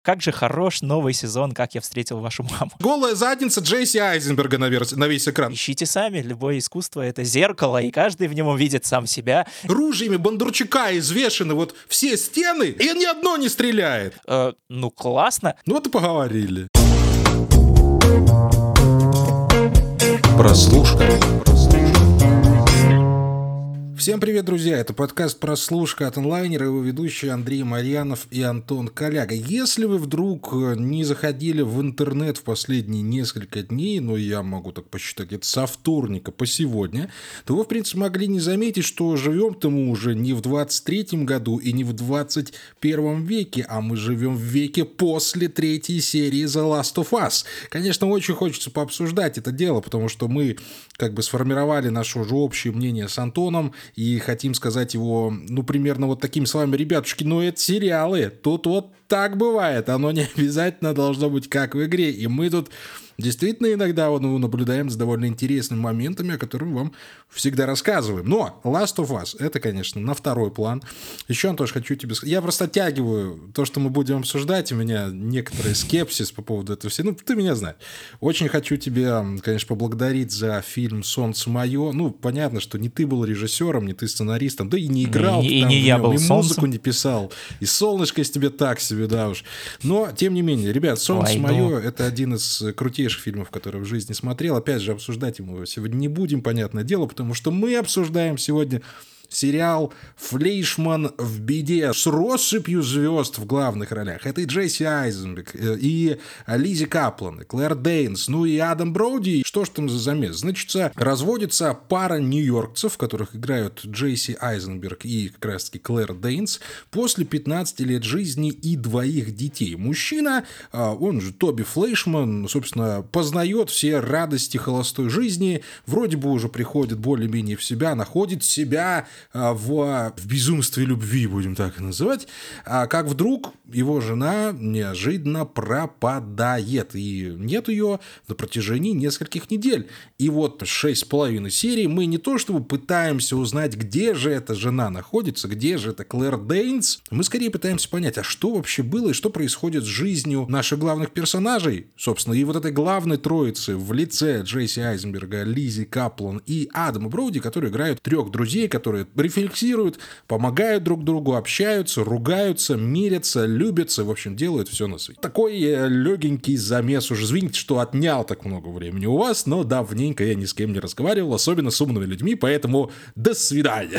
Как же хорош новый сезон «Как я встретил вашу маму». Голая задница Джесси Айзенберга на весь экран. Ищите сами, любое искусство — это зеркало, и каждый в нем увидит сам себя. Ружьями Бондарчука извешены вот все стены, и ни одно не стреляет. Ну, классно. Ну вот и поговорили. Прослушка. Всем привет, друзья! Это подкаст «Прослушка» от онлайнера, его ведущие Андрей Марьянов и Антон Коляга. Если вы вдруг не заходили в интернет в последние несколько дней, но я могу так посчитать, это со вторника по сегодня, то вы, в принципе, могли не заметить, что живем-то мы уже не в 23-м году и не в 21 веке, а мы живем в веке после третьей серии The Last of Us. Конечно, очень хочется пообсуждать это дело, потому что мы как бы сформировали наше уже общее мнение с Антоном, и хотим сказать его, ну, примерно вот такими словами: ребятушки, ну, это сериалы, тут вот так бывает, оно не обязательно должно быть как в игре, и мы тут действительно иногда наблюдаем за довольно интересными моментами, о которых вам всегда рассказываем. Но Last of Us — это, конечно, на второй план. Еще, Антош, хочу тебе сказать, я просто оттягиваю то, что мы будем обсуждать, у меня некоторый скепсис по поводу этого всего, ну, ты меня знаешь. Очень хочу тебя, конечно, поблагодарить за фильм «Солнце мое». Ну, понятно, что не ты был режиссером, не ты сценаристом, да и не играл и там не в я нем, был и солнцем. музыку не писал, и солнышко из тебя так себе, да уж. Но, тем не менее, ребят, «Солнце мое» — это один из крутейших фильмов, которые в жизни смотрел. Опять же, обсуждать его сегодня не будем, понятное дело, потому что мы обсуждаем сегодня сериал «Флейшман в беде» с россыпью звезд в главных ролях. Это и Джесси Айзенберг, и Лиззи Каплан, и Клэр Дейнс, ну и Адам Броуди. Что ж там за замес? Значит, разводится пара нью-йоркцев, в которых играют Джесси Айзенберг и как раз-таки Клэр Дейнс, после 15 лет жизни и двоих детей. Мужчина, он же Тоби Флейшман, собственно, познает все радости холостой жизни, вроде бы уже приходит более-менее в себя, находит себя в безумстве любви, будем так и называть, как вдруг его жена неожиданно пропадает, и нет ее на протяжении нескольких недель. И вот 6,5 серий мы не то чтобы пытаемся узнать, где же эта жена находится, где же эта Клэр Дейнс, мы скорее пытаемся понять, а что вообще было и что происходит с жизнью наших главных персонажей, собственно, и вот этой главной троицы в лице Джесси Айзенберга, Лиззи Каплан и Адама Броуди, которые играют трех друзей, которые рефлексируют, помогают друг другу, общаются, ругаются, мирятся, любятся, в общем, делают все на свете. Такой легенький замес уже. Извините, что отнял так много времени у вас, но давненько я ни с кем не разговаривал, особенно с умными людьми, поэтому до свидания.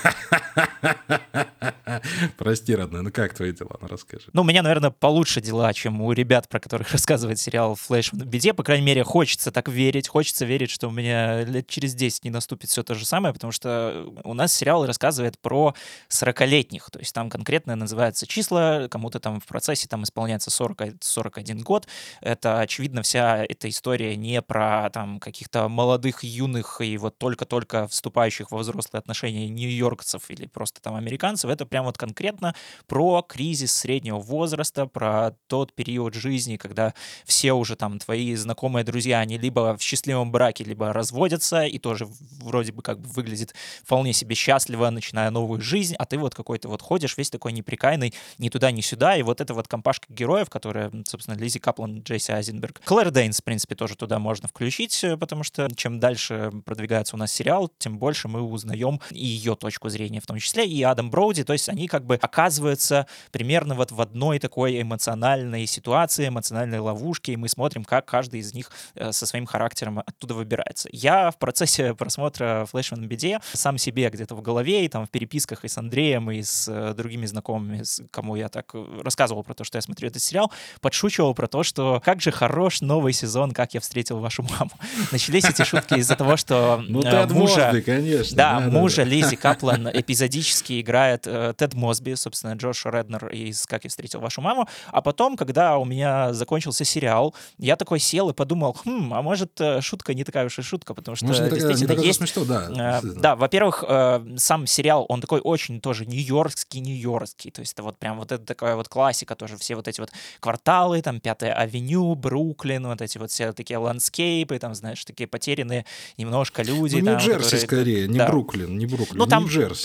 Прости, родная, ну как твои дела? Ну расскажи. Ну, у меня, наверное, получше дела, чем у ребят, про которых рассказывает сериал «Флейшман в беде». По крайней мере, хочется так верить, хочется верить, что у меня лет через 10 не наступит все то же самое, потому что у нас сериал рассказывает про 40-летних, то есть там конкретно называются числа, кому-то там в процессе там исполняется 41 год. Это, очевидно, вся эта история не про там каких-то молодых, юных и вот только-только вступающих во взрослые отношения нью-йоркцев или просто там американцев. Это прям вот конкретно про кризис среднего возраста, про тот период жизни, когда все уже там твои знакомые друзья, они либо в счастливом браке, либо разводятся, и тоже вроде бы как бы выглядит вполне себе счастливо, начиная новую жизнь, а ты вот какой-то вот ходишь весь такой неприкаянный ни туда, ни сюда, и вот эта вот компашка героев, которая, собственно, Лиззи Каплан, Джесси Айзенберг, Клэр Дейнс, в принципе, тоже туда можно включить, потому что чем дальше продвигается у нас сериал, тем больше мы узнаем и ее точку зрения в том числе, и Адам Броуди, то есть они как бы оказываются примерно вот в одной такой эмоциональной ситуации, эмоциональной ловушке, и мы смотрим, как каждый из них со своим характером оттуда выбирается. Я в процессе просмотра «Флейшман в беде» сам себе где-то в голове и там в переписках и с Андреем, и с другими знакомыми, кому я так рассказывал про то, что я смотрю этот сериал, подшучивал про то, что как же хорош новый сезон «Как я встретил вашу маму». Начались эти шутки из-за того, что мужа Лиззи Каплан эпизодически играет Тед Мосби, собственно, Джош Реднер из «Как я встретил вашу маму», а потом, когда у меня закончился сериал, я такой сел и подумал, а может, шутка не такая уж и шутка, потому что действительно есть... Смешно, да, во-первых, сам сериал, он такой очень тоже нью-йоркский, то есть это вот прям вот это такая вот классика тоже, все вот эти вот кварталы, там, 5-я авеню, Бруклин, вот эти вот все такие ландскейпы, там, знаешь, такие потерянные немножко люди. Ну, Нью-Джерси скорее, не Бруклин, ну, там, Нью-Джерси. Там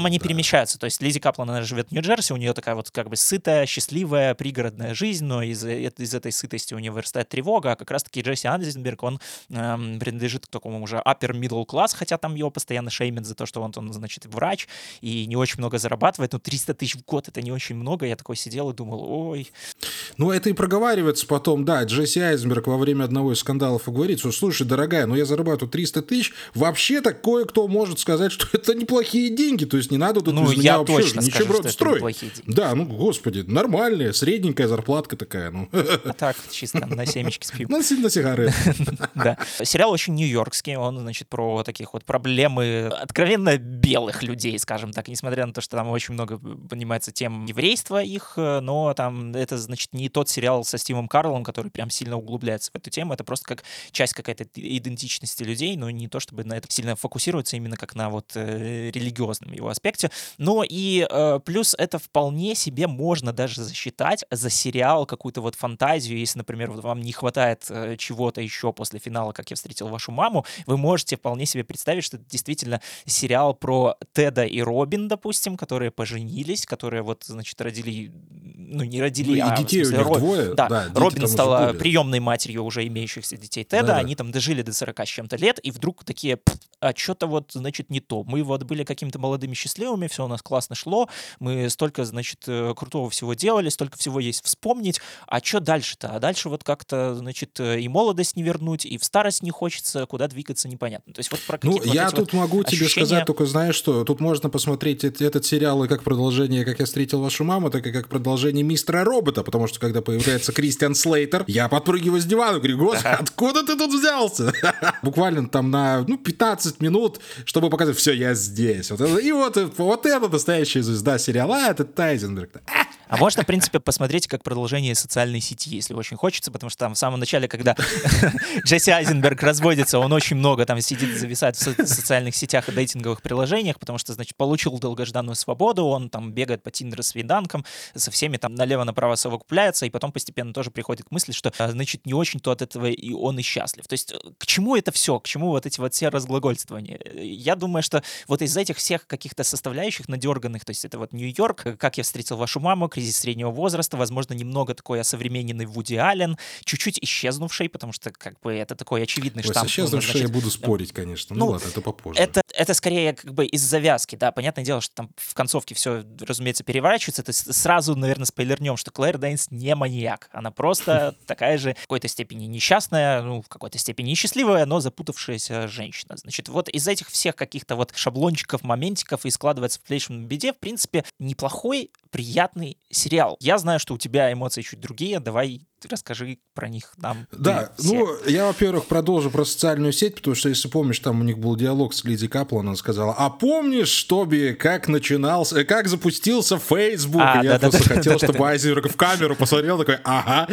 они перемещаются. То есть Лизи Каплан, она живет в Нью-Джерси, у нее такая вот как бы сытая, счастливая, пригородная жизнь, но из этой сытости у нее вырастает тревога, а как раз-таки Джесси Айзенберг, он принадлежит к такому уже upper middle class, хотя там его постоянно шеймят за то, что он, значит, врач и не очень много зарабатывает, но 300 тысяч в год — это не очень много. Я такой сидел и думал, ой. Ну, это и проговаривается потом, да, Джесси Айзенберг во время одного из скандалов и говорит, что, слушай, дорогая, ну я зарабатываю 300 тысяч, вообще-то кое-кто может сказать, что это неплохие деньги, то есть не надо тут из меня вообще ничего брать строить. Да, ну, господи, нормальная, средненькая зарплатка такая, ну. А так, чисто на семечки спим. На сигареты. Да. Сериал очень нью-йоркский, он, значит, про таких вот проблемы откровенно белых людей, скажем так, несмотря на то, что там очень много поднимается тем еврейства их, но там это, значит, не тот сериал со Стивом Карлом, который прям сильно углубляется в эту тему, это просто как часть какой-то идентичности людей, но не то, чтобы на это сильно фокусироваться именно как на вот религиозном его аспекте. Но и плюс это вполне себе можно даже засчитать за сериал какую-то вот фантазию, если, например, вот вам не хватает чего-то еще после финала «Как я встретил вашу маму», вы можете вполне себе представить, что это действительно сериал про Теда и Робин, допустим, которые поженились, которые вот, значит, родили, ну, не родили, а детей в смысле, у них двое. Да, Робин стала приемной матерью уже имеющихся детей Теда, они там дожили до 40 с чем-то лет, и вдруг такие, а что-то вот, значит, не то. Мы вот были какими-то молодыми счастливыми, все у нас классно шло, мы столько, значит, крутого всего делали, столько всего есть вспомнить, а что дальше-то? А дальше вот как-то, значит, и молодость не вернуть, и в старость не хочется, куда двигаться непонятно. То есть вот про какие-то я тут могу тебе сказать только, знаешь что, тут можно посмотреть этот сериал и как продолжение «Как я встретил вашу маму», так и как продолжение «Мистера Робота», потому что когда появляется Кристиан Слейтер, я подпрыгиваю с дивана, говорю, господи, откуда ты тут взялся? Буквально там на 15 минут, чтобы показать, все, я здесь. И вот это настоящая звезда сериала, это Айзенберг. А можно, в принципе, посмотреть как продолжение социальной сети, если очень хочется, потому что там в самом начале, когда Джесси Айзенберг разводится, он очень много там сидит, зависает в социальных сетях и дейтинговых приложениях, потому что, значит, получил долгожданную свободу, он там бегает по тиндер-свиданкам, со всеми там налево-направо совокупляется, и потом постепенно тоже приходит к мысли, что, значит, не очень-то от этого и он и счастлив. То есть к чему это все? К чему вот эти вот все разглагольствования? Я думаю, что вот из этих всех каких-то составляющих надерганных, то есть это вот Нью-Йорк, «Как я встретил вашу маму», «Кризис среднего возраста», возможно, немного такой осовремененный Вуди Аллен, чуть-чуть исчезнувший, потому что как бы это такой очевидный штамп. Исчезнувший я буду спорить, конечно. Ну ладно, это попозже. Это скорее как бы из завязки, да. Понятное дело, что там в концовке все, разумеется, переворачивается. То есть сразу, наверное, спойлернем, что Клэр Дейнс не маньяк. Она просто такая же в какой-то степени несчастная, ну, в какой-то степени несчастливая, но запутавшаяся женщина. Значит, вот из этих всех каких-то вот шаблончиков, моментиков и складывается в «Флейшман беде», в принципе, неплохой, приятный сериал. Я знаю, что у тебя эмоции чуть другие, давай расскажи про них нам. Да, я, во-первых, продолжу про социальную сеть, потому что, если помнишь, там у них был диалог с Лизи Каплан, она сказала, а помнишь, Тоби, как начинался, как запустился Facebook? Я просто хотел, чтобы Айзенберг в камеру посмотрел, такой, ага.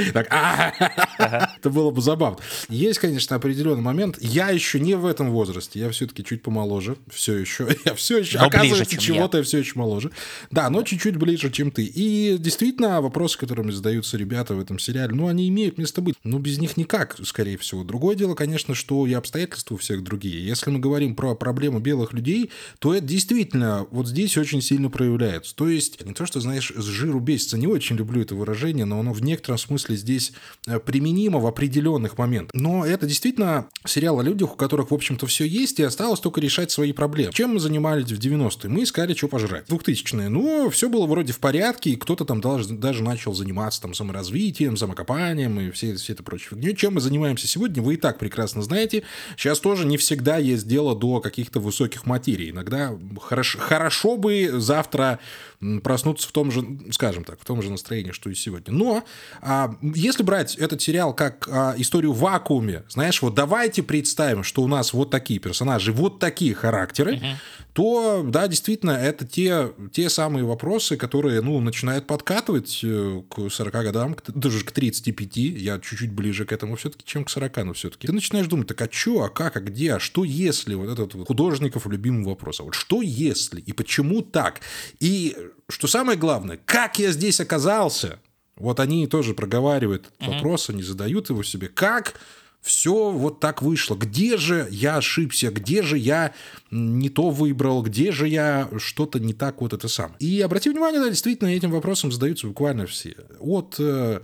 Это было бы забавно. Есть, конечно, определенный момент. Я еще не в этом возрасте, я все-таки чуть помоложе, все еще, оказывается, чего-то я все еще моложе. Да, но чуть-чуть ближе, чем ты. И действительно, вопросы, которыми задаются ребята в этом сериале, они имеют место быть. Но без них никак, скорее всего. Другое дело, конечно, что и обстоятельства у всех другие. Если мы говорим про проблему белых людей, то это действительно вот здесь очень сильно проявляется. То есть, не то, что, знаешь, с жиру бесится. Не очень люблю это выражение, но оно в некотором смысле здесь применимо в определенных моментах. Но это действительно сериал о людях, у которых, в общем-то, все есть, и осталось только решать свои проблемы. Чем мы занимались в 90-е? Мы искали, что пожрать. 2000-е. Все было вроде в порядке, и кто-то там даже начал заниматься там саморазвитием, самокопанием и все это прочее фигней. Чем мы занимаемся сегодня, вы и так прекрасно знаете. Сейчас тоже не всегда есть дело до каких-то высоких материй. Иногда хорошо бы завтра проснуться в том же, скажем так, в том же настроении, что и сегодня. Но если брать этот сериал как историю в вакууме, знаешь, вот давайте представим, что у нас вот такие персонажи, вот такие характеры, то, да, действительно, это те самые вопросы, которые, начинают подкатывать к 40 годам, даже к 35, я чуть-чуть ближе к этому все-таки, чем к 40, но все-таки. Ты начинаешь думать, так а что, а как, а где, а что если? Вот этот вот художников любимый вопрос. А вот что если? И почему так? И что самое главное, как я здесь оказался? Вот они тоже проговаривают этот вопрос, они задают его себе. Как Все вот так вышло. Где же я ошибся? Где же я не то выбрал? Где же я что-то не так вот это сам? И обрати внимание, да, действительно, этим вопросом задаются буквально все. От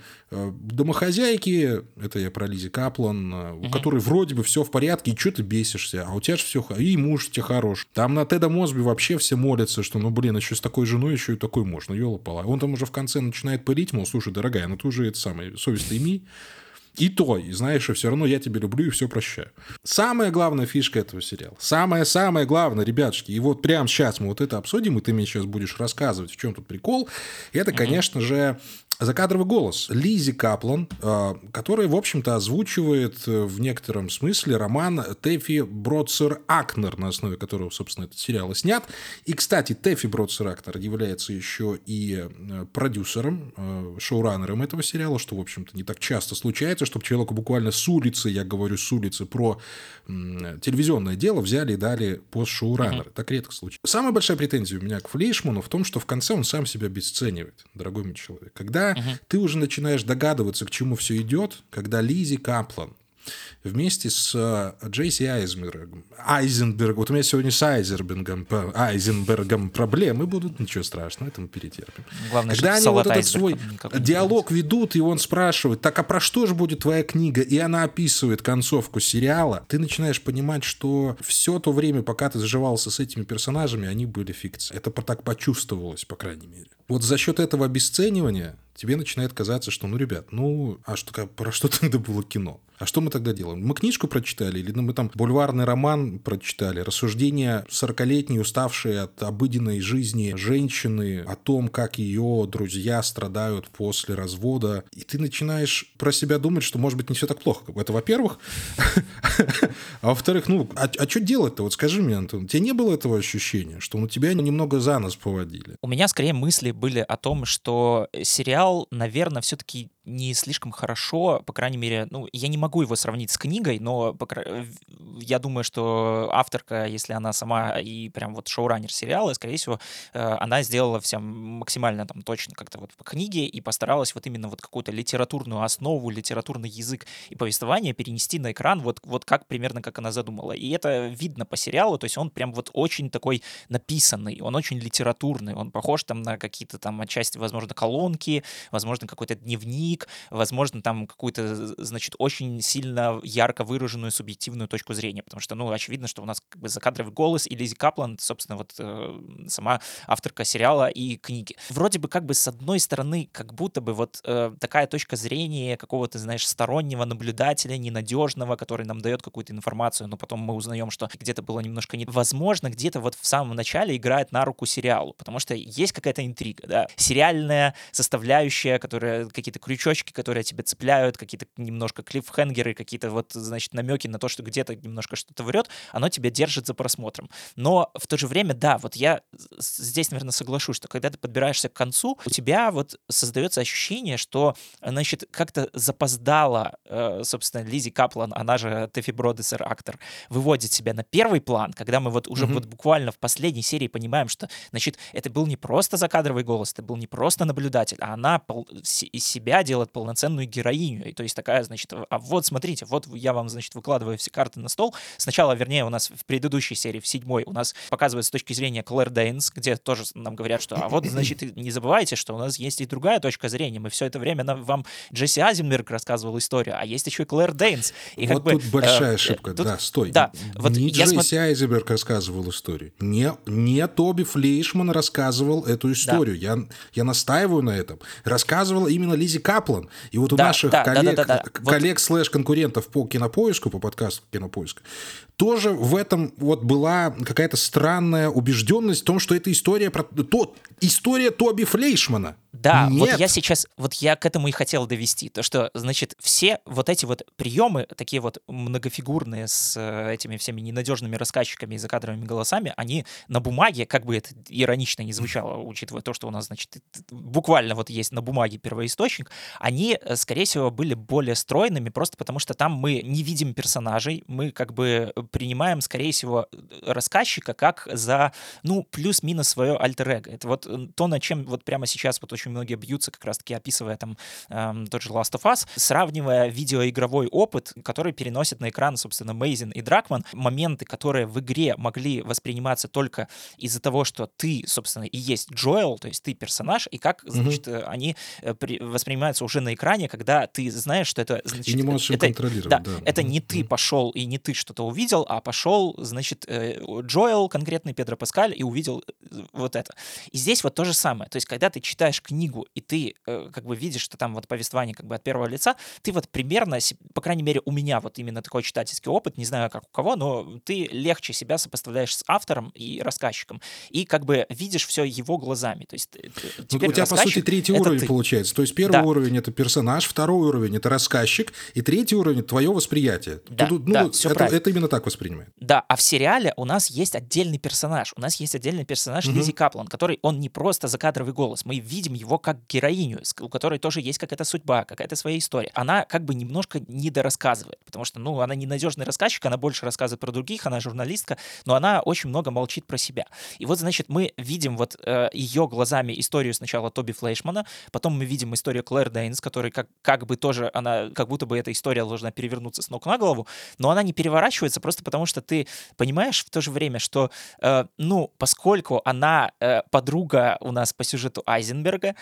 домохозяйки, это я про Лиззи Каплан, у которой вроде бы все в порядке, и что ты бесишься? А у тебя же все... И муж у тебя хорош. Там на Теда Мосби вообще все молятся, что, еще с такой женой еще и такой можно, ёлопала. Он там уже в конце начинает пылить, мол, слушай, дорогая, ты уже это самое, совесть-то имей. И то, и знаешь, что все равно я тебя люблю и все прощаю. Самая главная фишка этого сериала, самое главное, ребятушки, и вот прямо сейчас мы вот это обсудим, и ты мне сейчас будешь рассказывать, в чем тут прикол, это, конечно же, закадровый голос Лиззи Каплан, которая, в общем-то, озвучивает в некотором смысле роман Тэффи Бродсер-Акнер, на основе которого, собственно, этот сериал и снят. И, кстати, Тэффи Бродсер-Акнер является еще и продюсером, шоураннером этого сериала, что, в общем-то, не так часто случается, чтобы человеку буквально с улицы, я говорю с улицы, про телевизионное дело взяли и дали пост шоураннера. Так редко случается. Самая большая претензия у меня к Флейшману в том, что в конце он сам себя обесценивает, дорогой мой человек. Когда ты уже начинаешь догадываться, к чему все идет, когда Лиззи Каплан вместе с Джейси Айзенбергом, вот у меня сегодня с Айзенбергом проблемы будут, ничего страшного, это мы перетерпим. Главное, когда они вот этот свой диалог ведут, и он спрашивает, так а про что же будет твоя книга? И она описывает концовку сериала, ты начинаешь понимать, что все то время, пока ты заживался с этими персонажами, они были фикцией. Это так почувствовалось, по крайней мере. Вот за счет этого обесценивания тебе начинает казаться, что, ребят, про что тогда было кино? А что мы тогда делаем? Мы книжку прочитали, или мы там бульварный роман прочитали, рассуждения 40-летней, уставшей от обыденной жизни женщины о том, как ее друзья страдают после развода, и ты начинаешь про себя думать, что, может быть, не все так плохо. Это, во-первых. А во-вторых, что делать-то? Вот скажи мне, Антон, у тебя не было этого ощущения, что тебя немного за нос поводили? У меня скорее мысли были о том, что сериал, наверное, все-таки не слишком хорошо, по крайней мере, я не могу его сравнить с книгой, но я думаю, что авторка, если она сама и прям вот шоураннер сериала, скорее всего, она сделала все максимально там точно как-то вот по книге и постаралась вот именно вот какую-то литературную основу, литературный язык и повествование перенести на экран вот как примерно как она задумала. И это видно по сериалу, то есть он прям вот очень такой написанный, он очень литературный, он похож там на какие-то там отчасти, возможно, колонки, возможно, какой-то дневник, возможно, там какую-то, значит, очень сильно ярко выраженную субъективную точку зрения, потому что, очевидно, что у нас как бы закадровый голос и Лиззи Каплан, собственно, вот сама авторка сериала и книги. Вроде бы как бы с одной стороны, как будто бы вот такая точка зрения какого-то, знаешь, стороннего наблюдателя, ненадежного, который нам дает какую-то информацию, но потом мы узнаем, что где-то было немножко не... Возможно, где-то вот в самом начале играет на руку сериалу, потому что есть какая-то интрига, да, сериальная составляющая, которая какие-то крючочки, которые тебя цепляют, какие-то немножко клиффхенгеры, какие-то вот, значит, намеки на то, что где-то немножко что-то врет, оно тебя держит за просмотром. Но в то же время, да, вот я здесь, наверное, соглашусь, что когда ты подбираешься к концу, у тебя вот создается ощущение, что, значит, как-то запоздала, собственно, Лиззи Каплан, она же Тэффи Бродсер-Акнер, выводит себя на первый план, когда мы вот уже вот буквально в последней серии понимаем, что, значит, это был не просто закадровый голос, это был не просто наблюдатель, а она из себя делает полноценную героиню. И то есть такая, значит, а вот смотрите, вот я вам, значит, выкладываю все карты на стол. Сначала, вернее, у нас в предыдущей серии, в 7-й, у нас показывается с точки зрения Клэр Дейнс, где тоже нам говорят, что, а вот, значит, не забывайте, что у нас есть и другая точка зрения. Мы все это время вам Джесси Айзенберг рассказывал историю, а есть еще и Клэр Дейнс. И вот как тут бы, большая ошибка. Да, стой. Да, вот не Джесси Айзенберг рассказывал историю. Не Тоби Флейшман рассказывал эту историю. Да. Я настаиваю на этом. Рассказывала именно Лиззи Каплан. И вот у наших коллег слэш-конкурентов по Кинопоиску, по подкасту Кинопоиск, тоже в этом вот была какая-то странная убежденность в том, что это история история Тоби Флейшмана. Да, Нет. вот я к этому и хотел довести. То, что, значит, все вот эти вот приемы, такие вот многофигурные с этими всеми ненадежными рассказчиками и закадровыми голосами, они на бумаге, как бы это иронично не звучало, учитывая то, что у нас, значит, буквально вот есть на бумаге первоисточник, они, скорее всего, были более стройными, просто потому что там мы не видим персонажей, мы как бы принимаем, скорее всего, рассказчика как за, плюс-минус свое альтер-эго. Это вот то, над чем вот прямо сейчас вот очень очень многие бьются, как раз-таки описывая там тот же Last of Us, сравнивая видеоигровой опыт, который переносит на экран, собственно, Мейзин и Дракман, моменты, которые в игре могли восприниматься только из-за того, что ты, собственно, и есть Джоэл, то есть ты персонаж, и как, значит, они воспринимаются уже на экране, когда ты знаешь, что это, значит, и не можешь это, контролировать, да. Это не ты пошел и не ты что-то увидел, а пошел, значит, Джоэл, конкретный Педро Паскаль, и увидел вот это. И здесь вот то же самое. То есть, когда ты читаешь книгу, и ты как бы видишь, что там вот повествование как бы от первого лица, ты вот примерно, по крайней мере, у меня вот именно такой читательский опыт, не знаю, как у кого, но ты легче себя сопоставляешь с автором и рассказчиком, и как бы видишь все его глазами. То есть теперь у тебя, по сути, третий уровень получается. То есть первый уровень — это персонаж, второй уровень — это рассказчик, и третий уровень — твое восприятие. Да, это именно так воспринимает. Да, а в сериале у нас есть отдельный персонаж. У нас есть отдельный персонаж Лиззи Каплан, который, он не просто закадровый голос. Мы видим его как героиню, у которой тоже есть какая-то судьба, какая-то своя история. Она как бы немножко недорассказывает, потому что, ну, она ненадежный рассказчик, она больше рассказывает про других, она журналистка, но она очень много молчит про себя. И вот, значит, мы видим вот ее глазами историю сначала Тоби Флейшмана, потом мы видим историю Клэр Дейнс, которая как бы тоже, она, как будто бы эта история должна перевернуться с ног на голову, но она не переворачивается просто потому, что ты понимаешь в то же время, что, ну, поскольку она подруга у нас по сюжету Айзенберга,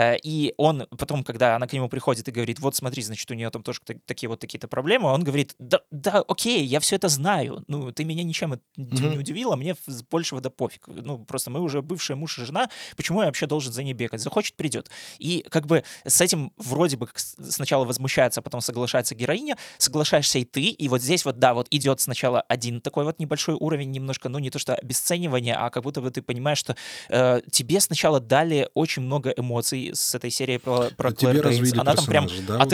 и он потом, когда она к нему приходит и говорит, вот смотри, значит, у нее там тоже такие вот такие-то проблемы, он говорит, да, окей, я все это знаю, ну, ты меня ничем не удивила, мне больше да пофиг, ну, просто мы уже бывшая муж и жена, почему я вообще должен за ней бегать, захочет, придет. И как бы с этим вроде бы сначала возмущается, а потом соглашается героиня, соглашаешься и ты, и вот здесь вот, да, вот идет сначала один такой вот небольшой уровень, немножко, ну, не то что обесценивание, а как будто бы ты понимаешь, что тебе сначала дали очень много эмоций с этой серии про Клэр Дейнс. Она там прям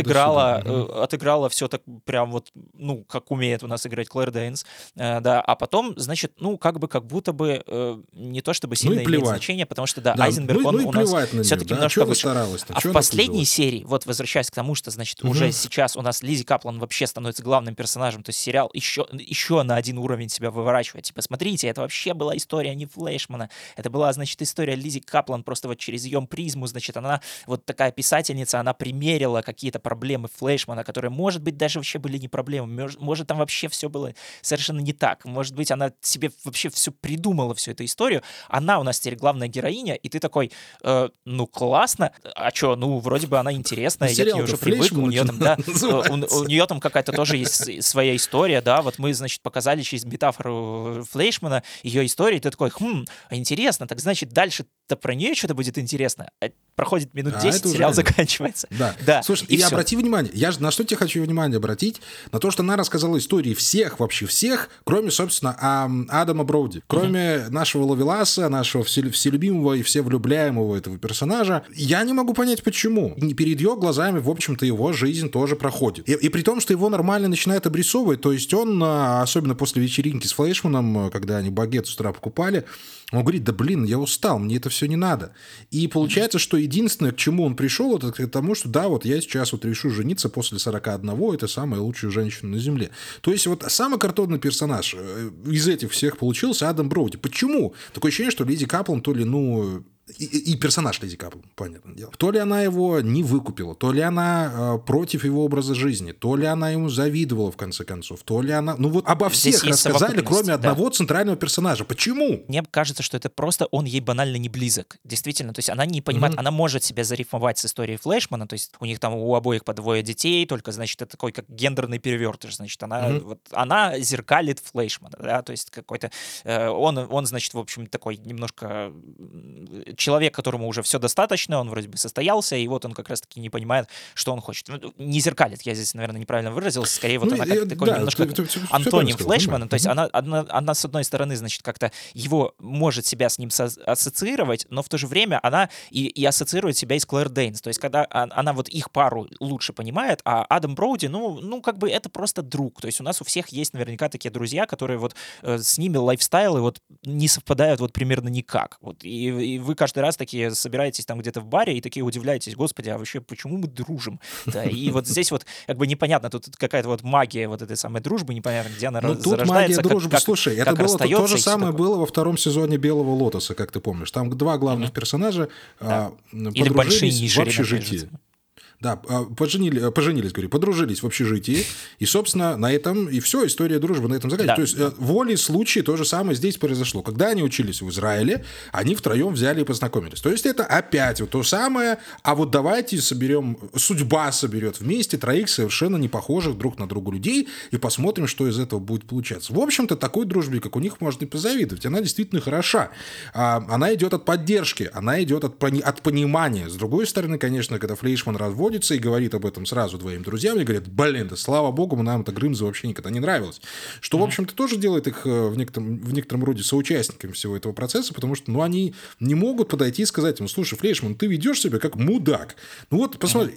отыграла все так прям вот, ну, как умеет у нас играть Клэр Дейнс, да, а потом, значит, ну, как будто бы не то чтобы сильно имеет значение, потому что, да, Айзенберг, он у нас все-таки немножко выше. А в последней серии, вот возвращаясь к тому, что, значит, уже сейчас у нас Лиззи Каплан вообще становится главным персонажем, то есть сериал еще на один уровень себя выворачивает. Типа, смотрите, это вообще была история не Флейшмана, это была, значит, история Лиззи Каплан, просто вот через ее призму, значит, она вот такая писательница, она примерила какие-то проблемы Флейшмана, которые, может быть, даже вообще были не проблемы, может, там вообще все было совершенно не так, может быть, она себе вообще все придумала, всю эту историю, она у нас теперь главная героиня, и ты такой, ну, классно, а что, ну, вроде бы она интересная, я к ней уже привык, у нее там, да, у нее там какая-то тоже есть своя история, да, вот мы, значит, показали через метафору Флейшмана ее историю, и ты такой, интересно, так значит, дальше-то про нее что-то будет интересно. Проходит минут 10, сериал заканчивается. Да. Слушай, и обрати внимание, я же на что тебе хочу внимание обратить? На то, что она рассказала истории вообще всех, кроме, собственно, Адама Броуди. Кроме нашего Ловеласа, нашего вселюбимого и всевлюбляемого этого персонажа. Я не могу понять, почему. Перед ее глазами, в общем-то, его жизнь тоже проходит. И при том, что его нормально начинает обрисовывать, то есть он, особенно после вечеринки с Флейшманом, когда они багет с утра покупали, он говорит, да блин, я устал, мне это все не надо. И получается, что единственное, к чему он пришел, это к тому, что да, вот я сейчас вот решу жениться после 41, это самая лучшая женщина на земле. То есть вот самый картонный персонаж из этих всех получился Адам Броуди. Почему? Такое ощущение, что Лиззи Каплан то ли, ну... И персонаж Лиззи Каплан, понятное дело. То ли она его не выкупила, то ли она против его образа жизни, то ли она ему завидовала, в конце концов, то ли она... Ну вот обо всех рассказали, кроме одного центрального персонажа. Почему? Мне кажется, что это просто он ей банально не близок. Действительно, то есть она не понимает, она может себя зарифмовать с историей Флейшмана, то есть у них там у обоих по 2 детей, только, значит, это такой как гендерный перевертыш, значит, она зеркалит Флейшмана, да, то есть какой-то... Он, значит, в общем, такой немножко... человек, которому уже все достаточно, он вроде бы состоялся, и вот он как раз-таки не понимает, что он хочет. Не зеркалит, я здесь, наверное, неправильно выразился, скорее вот она как такой немножко антоним Флейшмана, то есть она с одной стороны, значит, как-то его может себя с ним ассоциировать, но в то же время она и ассоциирует себя и с Клэр Дейнс, то есть когда она вот их пару лучше понимает, а Адам Броуди, ну как бы это просто друг, то есть у нас у всех есть наверняка такие друзья, которые вот с ними лайфстайлы вот не совпадают вот примерно никак, вот, и вы каждый раз такие собираетесь там где-то в баре и такие удивляетесь, господи, а вообще почему мы дружим? Да, и вот здесь вот как бы непонятно, тут какая-то вот магия вот этой самой дружбы, непонятно, где она тут магия дружбы. Слушай, это было то же самое такое. было во втором сезоне «Белого лотоса», как ты помнишь. Там два главных персонажа подружились в общежитии. Да, поженились, говорю, подружились в общежитии, и, собственно, на этом и все, история дружбы на этом заканчивается. Да. То есть волей случая то же самое здесь произошло. Когда они учились в Израиле, они втроем взяли и познакомились. То есть это опять вот то самое, а вот давайте соберем, судьба соберет вместе троих совершенно не похожих друг на друга людей и посмотрим, что из этого будет получаться. В общем-то, такой дружбе, как у них, можно и позавидовать. Она действительно хороша. Она идет от поддержки, она идет от понимания. С другой стороны, конечно, когда Флейшман разводится и говорит об этом сразу двоим друзьям, и говорят, блин, да слава богу, нам эта Грымза вообще никогда не нравилась. Что, в общем-то, тоже делает их в некотором роде соучастниками всего этого процесса, потому что, они не могут подойти и сказать ему, слушай, Флейшман, ты ведешь себя как мудак. Ну вот, посмотри,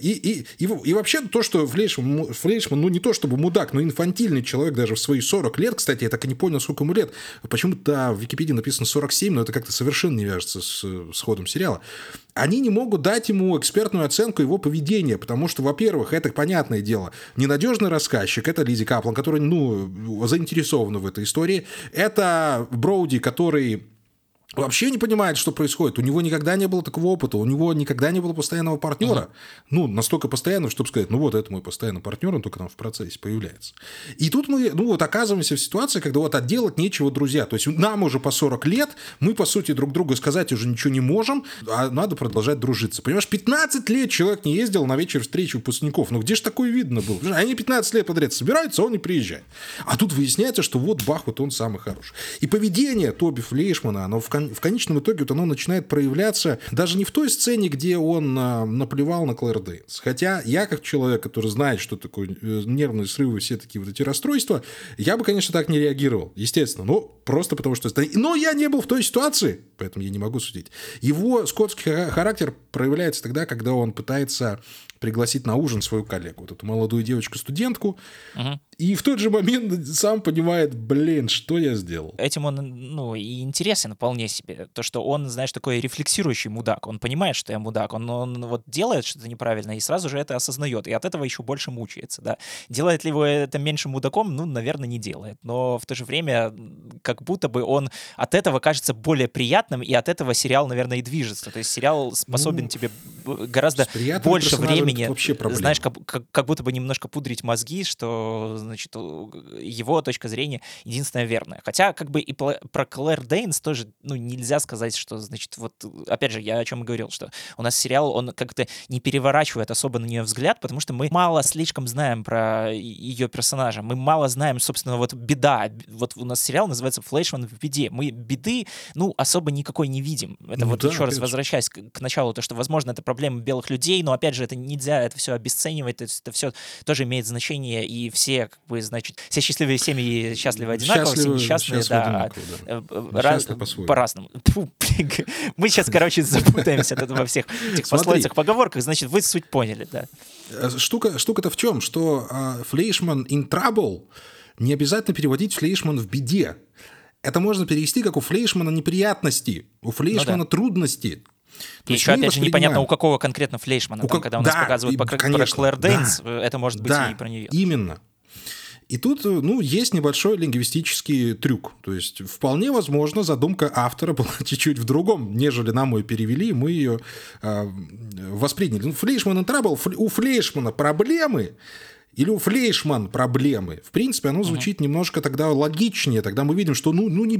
и вообще то, что Флейшман, не то чтобы мудак, но инфантильный человек даже в свои 40 лет, кстати, я так и не понял, сколько ему лет, почему-то в Википедии написано 47, но это как-то совершенно не вяжется с ходом сериала. Они не могут дать ему экспертную оценку его поведения, потому что, во-первых, это, понятное дело, ненадежный рассказчик, это Лиззи Каплан, которая, заинтересована в этой истории, это Броуди, который вообще не понимает, что происходит. У него никогда не было такого опыта, у него никогда не было постоянного партнера. Настолько постоянного, чтобы сказать, это мой постоянный партнер, он только там в процессе появляется. И тут мы, оказываемся в ситуации, когда делать нечего, друзья. То есть нам уже по 40 лет, мы, по сути, друг другу сказать уже ничего не можем, а надо продолжать дружиться. Понимаешь, 15 лет человек не ездил на вечер встречи выпускников. Где ж такое видно было? Они 15 лет подряд собираются, а он не приезжает. А тут выясняется, что Бах, он самый хороший. И поведение Тоби Флейшмана, оно в конечном итоге оно начинает проявляться даже не в той сцене, где он наплевал на Клэр Дейнс. Хотя я, как человек, который знает, что такое нервные срывы, все такие вот эти расстройства, я бы, конечно, так не реагировал, естественно. Просто потому что... Но я не был в той ситуации, поэтому я не могу судить. Его скотский характер проявляется тогда, когда он пытается пригласить на ужин свою коллегу, эту молодую девочку-студентку, и в тот же момент сам понимает, что я сделал. Этим он, и интересен вполне себе. То, что он, знаешь, такой рефлексирующий мудак. Он понимает, что я мудак. Он вот делает что-то неправильно и сразу же это осознает. И от этого еще больше мучается, да. Делает ли его это меньше мудаком? Наверное, не делает. Но в то же время как будто бы он от этого кажется более приятным, и от этого сериал, наверное, и движется. То есть сериал способен тебе гораздо больше времени, знаешь, как будто бы немножко пудрить мозги, что, значит, его точка зрения единственная верная. Хотя, как бы и про Клэр Дейнс тоже, нельзя сказать, что, значит, вот, опять же, я о чем и говорил, что у нас сериал, он как-то не переворачивает особо на нее взгляд, потому что мы мало слишком знаем про ее персонажа, мы мало знаем, собственно, вот беда. Вот у нас сериал называется «Флейшман в беде». Мы беды, особо никакой не видим. Это еще раз возвращаясь к началу, то, что, возможно, это проблема белых людей, но, опять же, это нельзя это все обесценивать, то есть это все тоже имеет значение, и все, как бы, значит, все счастливые семьи счастливы одинаково, все несчастные, да, по-разному. Мы сейчас, запутаемся во всех этих пословицах, поговорках, значит, вы суть поняли, да. Штука-то в чем, что Флейшман in trouble не обязательно переводить Флейшман в беде. Это можно перевести как у Флейшмана неприятности, у Флейшмана трудности. И еще, опять же, непонятно, у какого конкретно Флейшмана. Когда у нас показывают про Клэр Дейнс, это может быть и про нее. Именно. И тут, есть небольшой лингвистический трюк. То есть, вполне возможно, задумка автора была чуть-чуть в другом, нежели нам ее перевели, мы ее восприняли. Флейшман и Трабл, у Флейшмана проблемы, или у Флейшман проблемы. В принципе, оно звучит немножко тогда логичнее. Тогда мы видим, что не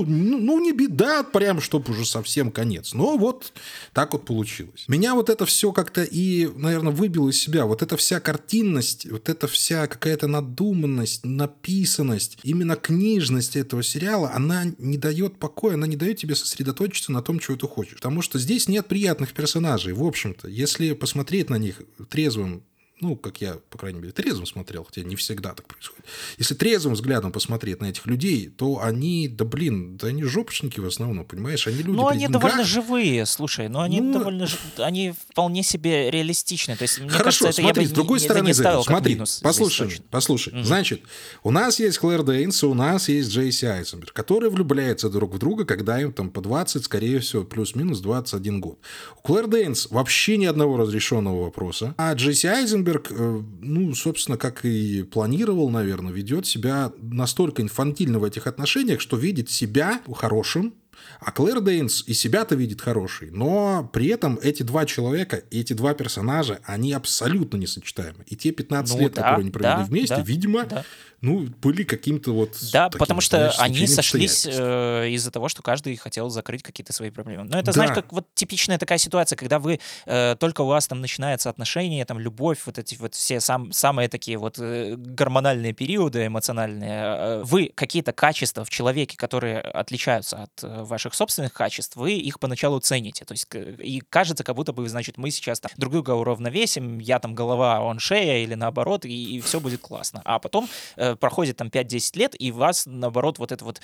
беда, прям, чтобы уже совсем конец. Но вот так вот получилось. Меня вот это все как-то и, наверное, выбило из себя. Вот эта вся картинность, вот эта вся какая-то надуманность, написанность, именно книжность этого сериала, она не дает покоя, она не дает тебе сосредоточиться на том, чего ты хочешь. Потому что здесь нет приятных персонажей. В общем-то, если посмотреть на них трезвым ну, как я, по крайней мере, трезвым смотрел, хотя не всегда так происходит. Если трезвым взглядом посмотреть на этих людей, то они, да они жопочники в основном, понимаешь? Они люди Ну, при они деньгах. довольно живые, слушай, но они они вполне себе реалистичны. То есть, мне кажется, это смотри, я бы с другой стороны, не ставил как смотри, минус. послушай. Значит, у нас есть Клэр Дейнс, у нас есть Джесси Айзенберг, которые влюбляются друг в друга, когда им там по 20, скорее всего, плюс-минус 21 год. У Клэр Дейнс вообще ни одного разрешенного вопроса, а Джесси Айзенберг, ну, собственно, как и планировал, наверное, ведет себя настолько инфантильно в этих отношениях, что видит себя хорошим, а Клэр Дейнс и себя-то видит хорошей, но при этом эти два человека, эти два персонажа, они абсолютно несочетаемы. И те 15 лет, которые они провели вместе, видимо, ну, были каким-то вот... Да, потому что они сошлись из-за того, что каждый хотел закрыть какие-то свои проблемы. Но это, знаешь, как вот типичная такая ситуация, когда вы только у вас там начинается отношения, там, любовь, вот эти вот все самые такие вот гормональные периоды эмоциональные, вы какие-то качества в человеке, которые отличаются от ваших собственных качеств, вы их поначалу цените. То есть и кажется, как будто бы, значит, мы сейчас там друг друга уравновесим, я там голова, а он шея, или наоборот, и все будет классно. А потом проходит там 5-10 лет, и вас, наоборот, вот эта вот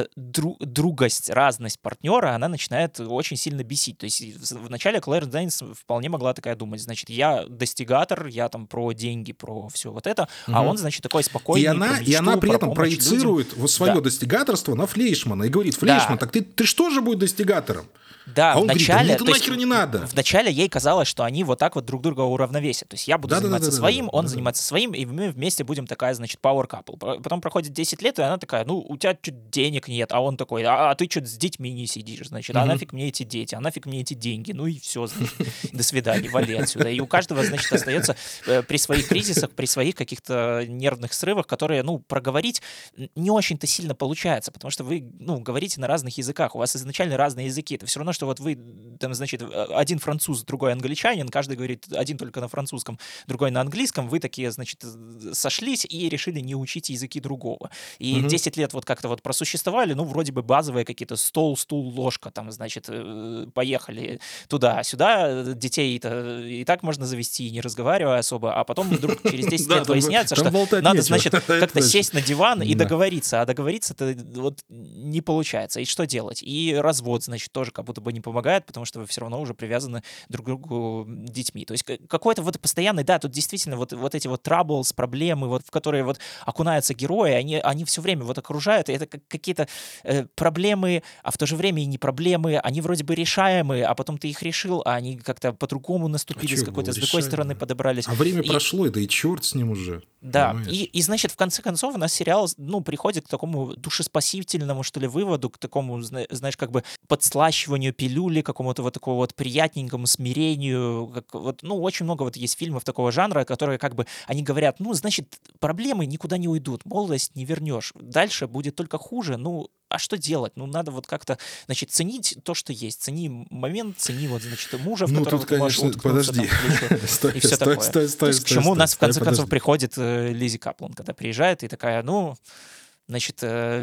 другость, разность партнера, она начинает очень сильно бесить. То есть вначале Клэр Дейнс вполне могла такая думать, значит, я достигатор, я там про деньги, про все вот это, а он, значит, такой спокойный, и она при этом проецирует вот свое достигаторство на Флейшмана и говорит: Флейшман, так ты что же будешь достигатором? Да, а он вначале, говорит: да мне это нахер не надо. Вначале ей казалось, что они вот так вот друг друга уравновесят. То есть я буду заниматься своим, он занимается своим, и мы вместе будем такая, значит, power couple. Потом проходит 10 лет, и она такая: ну, у тебя чуть денег нет, а он такой: а ты что с детьми не сидишь, значит, а нафиг мне эти дети, а нафиг мне эти деньги, ну и все, значит, до свидания, вали отсюда. И у каждого, значит, остается при своих кризисах, при своих каких-то нервных срывах, которые, ну, проговорить не очень-то сильно получается, потому что вы, ну, говорите на разных языках, у вас изначально разные языки, это все равно, что вот вы, там, значит, один француз, другой англичанин, каждый говорит один только на французском, другой на английском, вы такие, значит, сошлись и решили не учить языки другого. И 10 лет вот как-то вот просуществовали, ну, вроде бы базовые какие-то стол, стул, ложка, там, значит, поехали туда-сюда, детей-то и так можно завести, не разговаривая особо, а потом вдруг через 10 лет выясняется, что надо, значит, как-то сесть на диван и договориться, а договориться-то вот не получается. И что делать? И развод, значит, тоже как будто бы не помогает, потому что вы все равно уже привязаны друг к другу детьми. То есть какой-то вот постоянный, да, тут действительно вот эти вот troubles, проблемы, вот в которые вот окунаются герои, они все время вот окружают, и это какие-то проблемы, а в то же время и не проблемы, они вроде бы решаемые, а потом ты их решил, а они как-то по-другому наступили, с другой стороны подобрались. А время прошло, да и черт с ним уже. Да, и значит, в конце концов у нас сериал, ну, приходит к такому душеспасительному, что ли, выводу, к такому, знаешь, как бы подслащиванию пилюли, какому-то вот такому вот приятненькому смирению. Как вот, ну, очень много вот есть фильмов такого жанра, которые как бы, они говорят: ну, значит, проблемы никуда не уйдут, молодость не вернешь, дальше будет только хуже, ну, а что делать? Ну, надо вот как-то, значит, ценить то, что есть, цени момент, цени вот, значит, мужа, в которого ты можешь уткнуться, подожди. Там, и все такое. То есть к чему у нас в конце концов приходит Лиззи Каплан, когда приезжает и такая: ну, значит,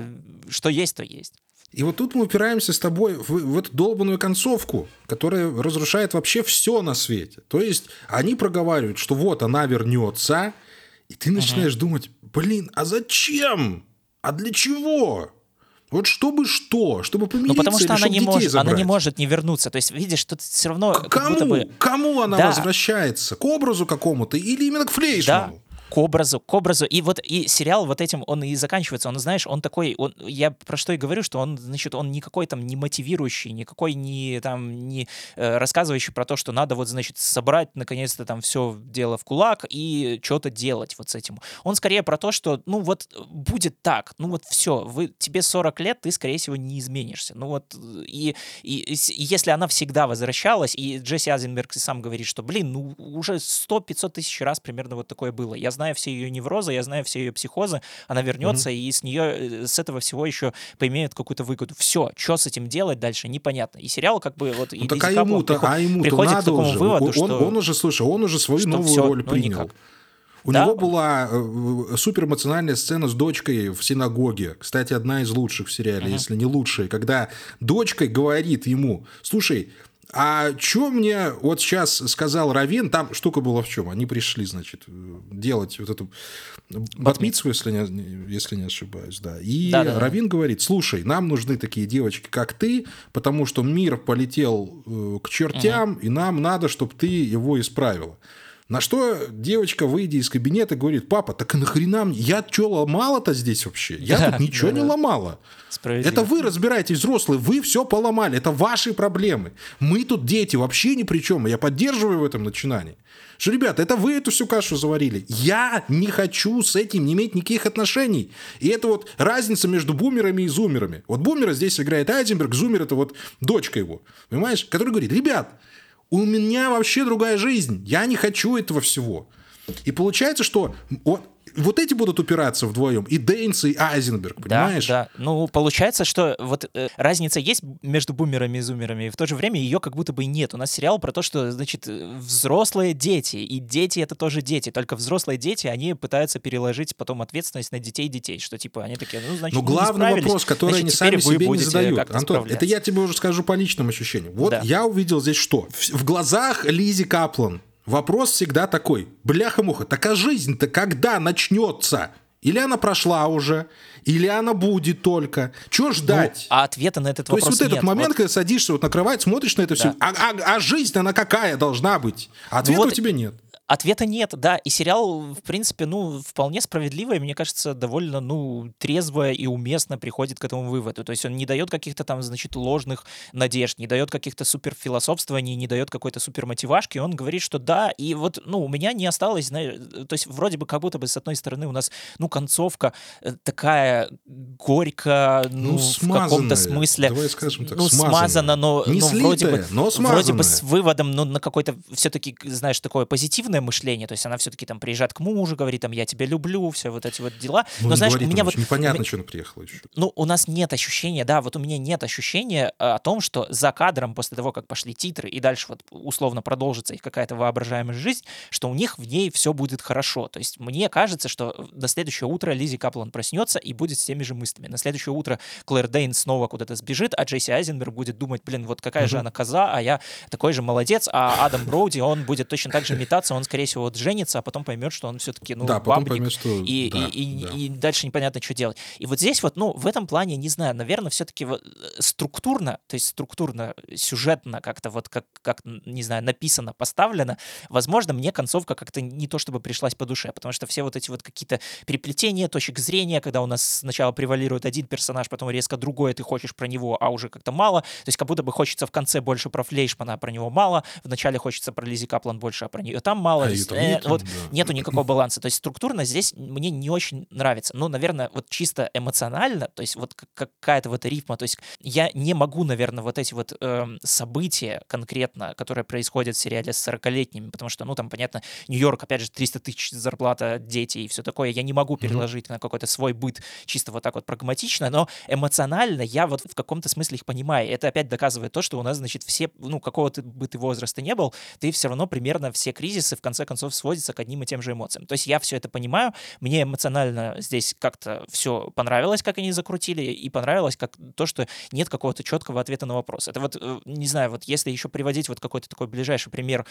что есть, то есть. И вот тут мы упираемся с тобой в эту долбанную концовку, которая разрушает вообще все на свете. То есть они проговаривают, что вот она вернется, и ты начинаешь думать: блин, а зачем? А для чего? Вот чтобы что? Чтобы помириться, потому что или она не может не вернуться. То есть, видишь, что все равно... Кому она возвращается? К образу какому-то или именно к Флейшману? Да. К образу. И сериал вот этим, он и заканчивается. Он, знаешь, он такой... я про что и говорю, что он, значит, он никакой там не мотивирующий, никакой не рассказывающий про то, что надо вот, значит, собрать наконец-то там все дело в кулак и что-то делать вот с этим. Он скорее про то, что, ну вот, будет так, ну вот все, тебе 40 лет, ты, скорее всего, не изменишься. Ну вот, и если она всегда возвращалась, и Джесси Айзенберг сам говорит, что, блин, ну уже 100-500 тысяч раз примерно вот такое было. Я знаю все ее неврозы, я знаю все ее психозы, она вернется, и с этого всего еще поимеет какую-то выгоду. Все, что с этим делать дальше, непонятно. И сериал как бы вот... Ну, так ему приходит к такому выводу, что... Он уже свою новую роль принял. У него была суперэмоциональная сцена с дочкой в синагоге. Кстати, одна из лучших в сериале, если не лучшая. Когда дочка говорит ему: слушай, А что мне вот сейчас сказал Равин, там штука была в чем? Они пришли, значит, делать вот эту бат-мицву, если не ошибаюсь, да. И Равин говорит, слушай, нам нужны такие девочки, как ты, потому что мир полетел к чертям, и нам надо, чтобы ты его исправила. На что девочка, выйдя из кабинета, говорит, папа, так и нахрена мне? Я что, ломала-то здесь вообще? Я тут ничего не ломала. Это вы разбираетесь, взрослые, вы все поломали, это ваши проблемы. Мы тут дети, вообще ни при чем, я поддерживаю в этом начинании. Что, ребята, это вы эту всю кашу заварили. Я не хочу с этим не иметь никаких отношений. И это вот разница между бумерами и зумерами. Вот бумера здесь играет Айзенберг, зумер это вот дочка его, понимаешь? Который говорит, ребят, у меня вообще другая жизнь. Я не хочу этого всего. И получается, что вот эти будут упираться вдвоем. И Дейнс, и Айзенберг, понимаешь? Да. Ну, получается, что вот разница есть между бумерами и зумерами, и в то же время ее как будто бы и нет. У нас сериал про то, что, значит, взрослые дети, и дети — это тоже дети. Только взрослые дети, они пытаются переложить потом ответственность на детей, что типа они такие, ну, значит, но главный вопрос, который значит, они сами себе не задают, Антон, это я тебе уже скажу по личным ощущениям. Вот я увидел здесь что? В глазах Лиззи Каплан вопрос всегда такой, бляха-муха, так а жизнь-то когда начнется? Или она прошла уже, или она будет только. Чего ждать? Ну, а ответа на этот вопрос нет. То есть вот этот момент, когда садишься вот на кровать, смотришь на это все, а жизнь она какая должна быть? А ответа у тебя нет. Ответа нет, да, и сериал, в принципе, ну, вполне справедливо, и, мне кажется, довольно, ну, трезво и уместно приходит к этому выводу. То есть он не дает каких-то там, значит, ложных надежд, не дает каких-то суперфилософствований, не дает какой-то супермотивашки, он говорит, что да, и вот, ну, у меня не осталось, знаешь, то есть вроде бы как будто бы с одной стороны у нас, ну, концовка такая горько, ну в каком-то смысле, давай скажем так, ну, смазана, но слитая, вроде бы с выводом, ну, на какой-то все-таки, знаешь, такое позитивное мышление, то есть она все-таки там приезжает к мужу, говорит там, я тебя люблю, все вот эти вот дела. Но знаешь, у меня вот... Непонятно, что она приехала еще. Ну, у нас нет ощущения, да, вот у меня нет ощущения о том, что за кадром, после того, как пошли титры, и дальше вот условно продолжится их какая-то воображаемая жизнь, что у них в ней все будет хорошо. То есть мне кажется, что на следующее утро Лиззи Каплан проснется и будет с теми же мыслями. На следующее утро Клэр Дейн снова куда-то сбежит, а Джесси Айзенберг будет думать, блин, вот какая же она коза, а я такой же молодец, а Адам Броуди, он будет точно так же метаться, он, скорее всего, вот женится, а потом поймет, что он все-таки, ну, да, бабник, поймет, что... и дальше непонятно, что делать. И вот здесь вот, ну, в этом плане, не знаю, наверное, все-таки вот структурно, то есть структурно, сюжетно как-то вот как, не знаю, написано, поставлено, возможно, мне концовка как-то не то чтобы пришлась по душе, потому что все вот эти вот какие-то переплетения точек зрения, когда у нас сначала превалирует один персонаж, потом резко другой, ты хочешь про него, а уже как-то мало, то есть как будто бы хочется в конце больше про Флейшмана, а про него мало, вначале хочется про Лиззи Каплан больше, а про нее там мало, нету никакого баланса, то есть структурно здесь мне не очень нравится, ну, наверное, вот чисто эмоционально, то есть вот какая-то вот рифма, то есть я не могу, наверное, вот эти вот события конкретно, которые происходят в сериале с 40-летними, потому что, ну, там, понятно, Нью-Йорк, опять же, 300 тысяч зарплата, дети и все такое, я не могу переложить на какой-то свой быт чисто вот так вот прагматично, но эмоционально я вот в каком-то смысле их понимаю. Это опять доказывает то, что у нас, значит, все, ну, какого бы ты возраста не был, ты все равно примерно все кризисы в конце концов сводятся к одним и тем же эмоциям. То есть я все это понимаю, мне эмоционально здесь как-то все понравилось, как они закрутили, и понравилось как то, что нет какого-то четкого ответа на вопрос. Это вот, не знаю, вот если еще приводить вот какой-то такой ближайший пример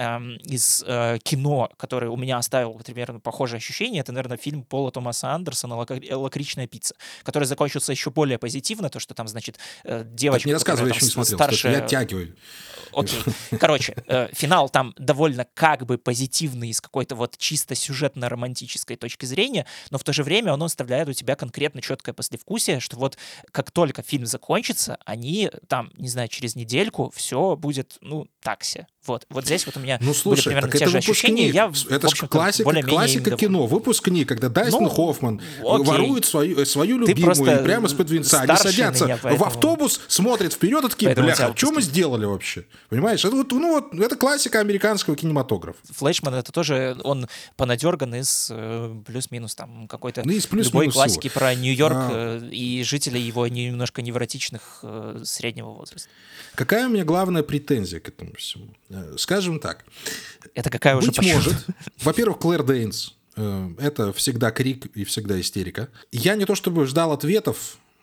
из кино, который у меня оставил примерно похожее ощущение, это, наверное, фильм Пола Томаса Андерсона «Лакричная пицца», который закончился еще более позитивно, то, что там, значит, девочка... Так не рассказывай, я еще не смотрел, старшая... я оттягиваю. Окей. Короче, финал там довольно как бы позитивный с какой-то вот чисто сюжетно-романтической точки зрения, но в то же время он оставляет у тебя конкретно четкое послевкусие, что вот как только фильм закончится, они там, не знаю, через недельку все будет, ну, такси. Вот здесь вот у меня были примерно те же ощущения. Это же классика кино, выпускник, когда Дастин Хоффман ворует свою любимую и прямо с-под венца. Они садятся в автобус, смотрят вперед и такие, бляха, что мы сделали вообще? Понимаешь? Это классика американского кинематографа. Флэшман это тоже, он понадерган из плюс-минус там какой-то любой классики про Нью-Йорк и жителей его немножко невротичных среднего возраста. Какая у меня главная претензия к этому всему? Скажем так. Это какая уже быть может, во-первых, Клэр Дейнс. Это всегда крик и всегда истерика. Я не то чтобы ждал ответов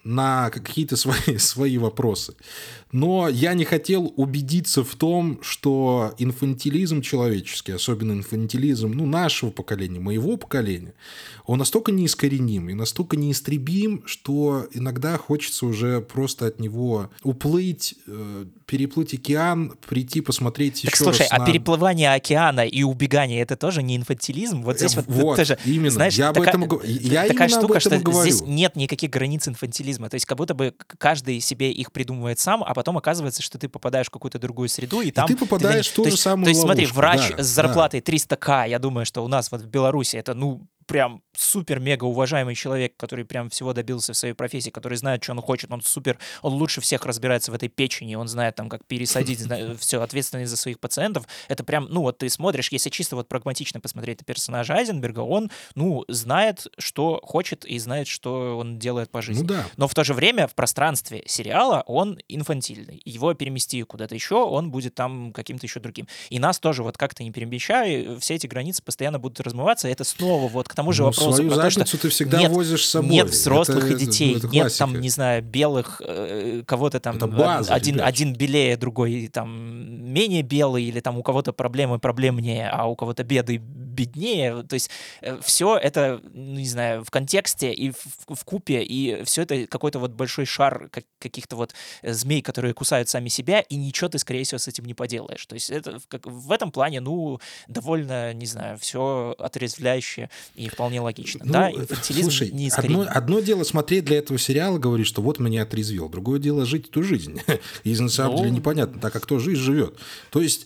на какие-то свои вопросы. Но я не хотел убедиться в том, что инфантилизм человеческий, особенно инфантилизм нашего поколения, моего поколения, он настолько неискореним и настолько неистребим, что иногда хочется уже просто от него уплыть, переплыть океан, прийти посмотреть так, еще слушай, раз а переплывание океана и убегание — это тоже не инфантилизм? Вот здесь вот тоже, именно. знаешь, Я такая штука, что говорю. Здесь нет никаких границ инфантилизма. То есть как будто бы каждый себе их придумывает сам, а потом оказывается, что ты попадаешь в какую-то другую среду, и там... ты попадаешь в ту же самую То есть смотри, ловушку, врач да, с зарплатой 300 000, я думаю, что у нас вот в Беларуси это, прям супер-мега уважаемый человек, который прям всего добился в своей профессии, который знает, что он хочет, он лучше всех разбирается в этой печени, он знает там, как пересадить все, ответственность за своих пациентов. Это прям, вот ты смотришь, если чисто вот прагматично посмотреть на персонажа Айзенберга, он, знает, что хочет и знает, что он делает по жизни. Да. Но в то же время в пространстве сериала он инфантильный. Его перемести куда-то еще, он будет там каким-то еще другим. И нас тоже вот как-то не перемещая, все эти границы постоянно будут размываться, и это снова вот к тому же вопросу свою про то, что ты всегда возишь с собой. Нет взрослых и детей, это нет там, не знаю, белых, кого-то там, это база, один белее, другой там менее белый, или там у кого-то проблемы проблемнее, а у кого-то беды беднее. То есть все это, не знаю, в контексте и в купе, и все это какой-то вот большой шар каких-то вот змей, которые кусают сами себя, и ничего ты, скорее всего, с этим не поделаешь. То есть это в этом плане, довольно, не знаю, все отрезвляюще и вполне логично. Да, инфантилизм не искоренен. Одно дело смотреть для этого сериала, говорить, что вот меня отрезвил. Другое дело жить эту жизнь. И на самом деле непонятно, так как кто жизнь живет. То есть...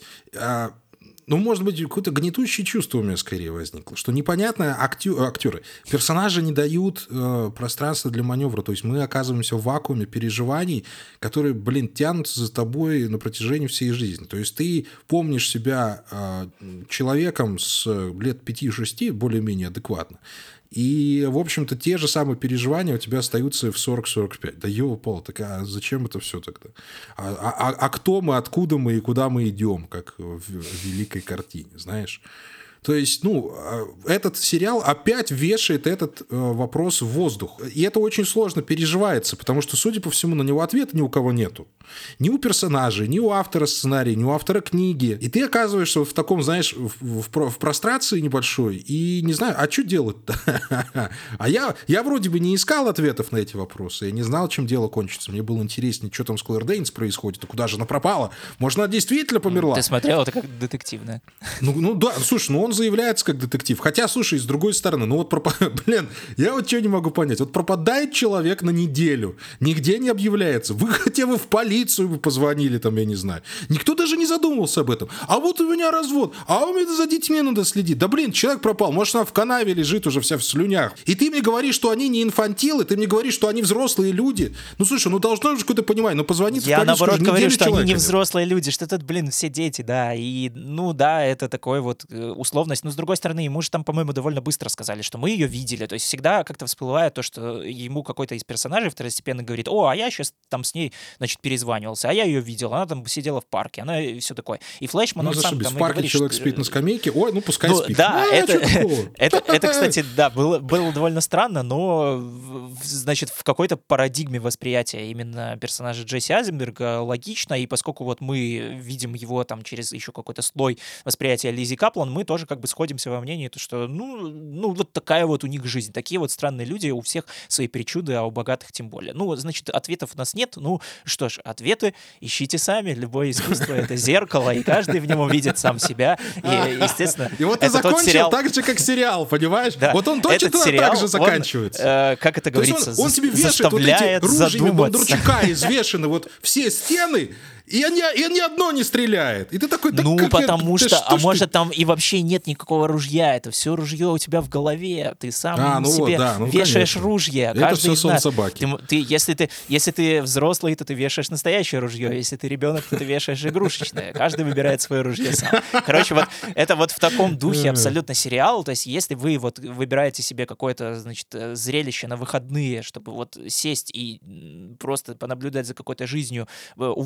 может быть, какое-то гнетущее чувство у меня скорее возникло, что непонятно, актеры, персонажи не дают пространства для маневра, то есть мы оказываемся в вакууме переживаний, которые, тянутся за тобой на протяжении всей жизни. То есть ты помнишь себя человеком с лет 5-6 более-менее адекватно, и, в общем-то, те же самые переживания у тебя остаются в 40-45. Да ёлопал, так а зачем это все тогда? А кто мы, откуда мы и куда мы идем, как в великой картине, знаешь? То есть, этот сериал опять вешает этот вопрос в воздух. И это очень сложно переживается, потому что, судя по всему, на него ответа ни у кого нету. Ни у персонажей, ни у автора сценария, ни у автора книги. И ты оказываешься в таком, знаешь, в прострации небольшой, и не знаю, а что делать-то? А я вроде бы не искал ответов на эти вопросы, я не знал, чем дело кончится. Мне было интереснее, что там с Клэр Дейнс происходит, и куда же она пропала? Может, она действительно померла? Ты смотрел, это как детективное. Да, слушай, он заявляется как детектив. Хотя, слушай, с другой стороны, я вот что не могу понять. Вот пропадает человек на неделю, нигде не объявляется. Вы хотя бы в полицию бы позвонили, там, я не знаю. Никто даже не задумывался об этом. А вот у меня развод, а у меня за детьми надо следить. Да, человек пропал, может, она в канаве лежит уже вся в слюнях. И ты мне говоришь, что они не инфантилы, ты мне говоришь, что они взрослые люди. Слушай, должно же какое-то понимание, позвонить в полицию. Я, наоборот, говорю, что они не взрослые люди, что это, все дети, да. И, да, это такой вот условность. Но, с другой стороны, ему же там, по-моему, довольно быстро сказали, что мы ее видели. То есть всегда как-то всплывает то, что ему какой-то из персонажей второстепенно говорит: а я сейчас там с ней, перезванивался, а я ее видел, она там сидела в парке, она и все такое. И Флэшман, он сам там в парке говорит, человек спит на скамейке, пускай спит. Да, это, кстати, да, было довольно странно, но, значит, в какой-то парадигме восприятия именно персонажа Джесси Айзенберга логично, и поскольку вот мы видим его там через еще какой-то слой восприятия Лиззи Каплан, мы тоже как бы сходимся во мнении, то, что, вот такая вот у них жизнь, такие вот странные люди, у всех свои причуды, а у богатых тем более. Значит, ответов у нас нет, что ж, ответы ищите сами, любое искусство — это зеркало, и каждый в нем увидит сам себя, и, естественно... И вот ты закончил так же, как сериал, понимаешь? Да, вот он точно так же заканчивается. Как это говорится, он тебе вешает вот эти ружьями Бондарчука извешены, вот все стены, и ни одно не стреляет. И ты такой... потому что... может, там и вообще нет никакого ружья. Это все ружье у тебя в голове. Ты сам себе вешаешь ружье. Это все сон собаки. Если ты взрослый, то ты вешаешь настоящее ружье. Если ты ребенок, то ты вешаешь игрушечное. Каждый выбирает свое ружье сам. Короче, вот это вот в таком духе абсолютно сериал. То есть если вы вот выбираете себе какое-то, значит, зрелище на выходные, чтобы вот сесть и просто понаблюдать за какой-то жизнью, увидеть там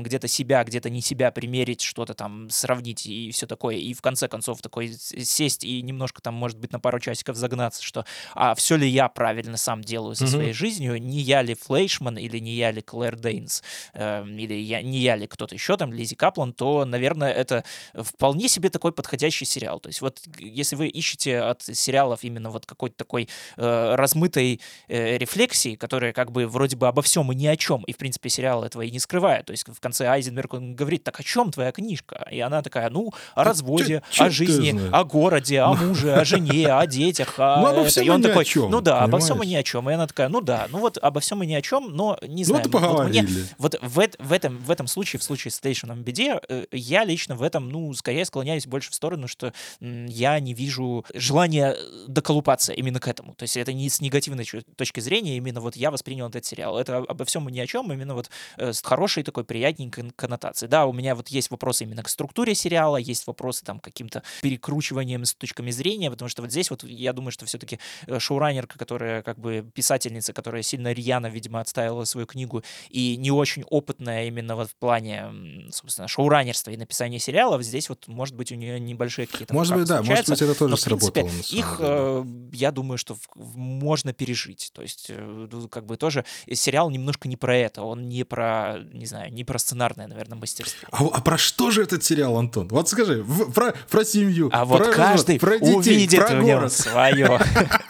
где-то себя, где-то не себя примерить, что-то там сравнить и все такое, и в конце концов такой сесть и немножко там, может быть, на пару часиков загнаться, что все ли я правильно сам делаю со своей жизнью, не я ли Флейшман, или не я ли Клэр Дейнс, или не я ли кто-то еще, там, Лиззи Каплан, то, наверное, это вполне себе такой подходящий сериал. То есть вот если вы ищете от сериалов именно вот какой-то такой размытой рефлексии, которая как бы вроде бы обо всем и ни о чем, и в принципе сериал этого и не скрывает. То есть в конце Айзенберг он говорит: так о чем твоя книжка? И она такая: ну, о разводе, о жизни, о городе, о муже, о жене, о детях. И он такой: ну да, обо всем и ни о чем. И она такая: ну да, ну вот обо всем и ни о чем, но не знаю. Вот в этом случае, в случае с Station BD, я лично в этом, ну, скорее склоняюсь больше в сторону, что я не вижу желания доколупаться именно к этому. То есть это не с негативной точки зрения, именно вот я воспринял этот сериал. Это обо всем и ни о чем, именно вот с хорошей такой приятненькой коннотацией. Да, у меня вот есть вопросы именно к структуре сериала, есть вопросы там к каким-то перекручиванием с точками зрения, потому что вот здесь вот я думаю, что все-таки шоураннерка, которая как бы писательница, которая сильно рьяно, видимо, отстаивала свою книгу и не очень опытная именно вот в плане, собственно, шоураннерства и написания сериалов, здесь вот, может быть, у нее небольшие какие-то может быть, да, может быть, это тоже сработало. Их, я думаю, что можно пережить. То есть, как бы тоже сериал немножко не про это, он не про, не знаю, не про сценарное, наверное, мастерство. А про что же этот сериал, Антон? Вот скажи, про семью, а вот каждый про детей, увидит про в нем свое.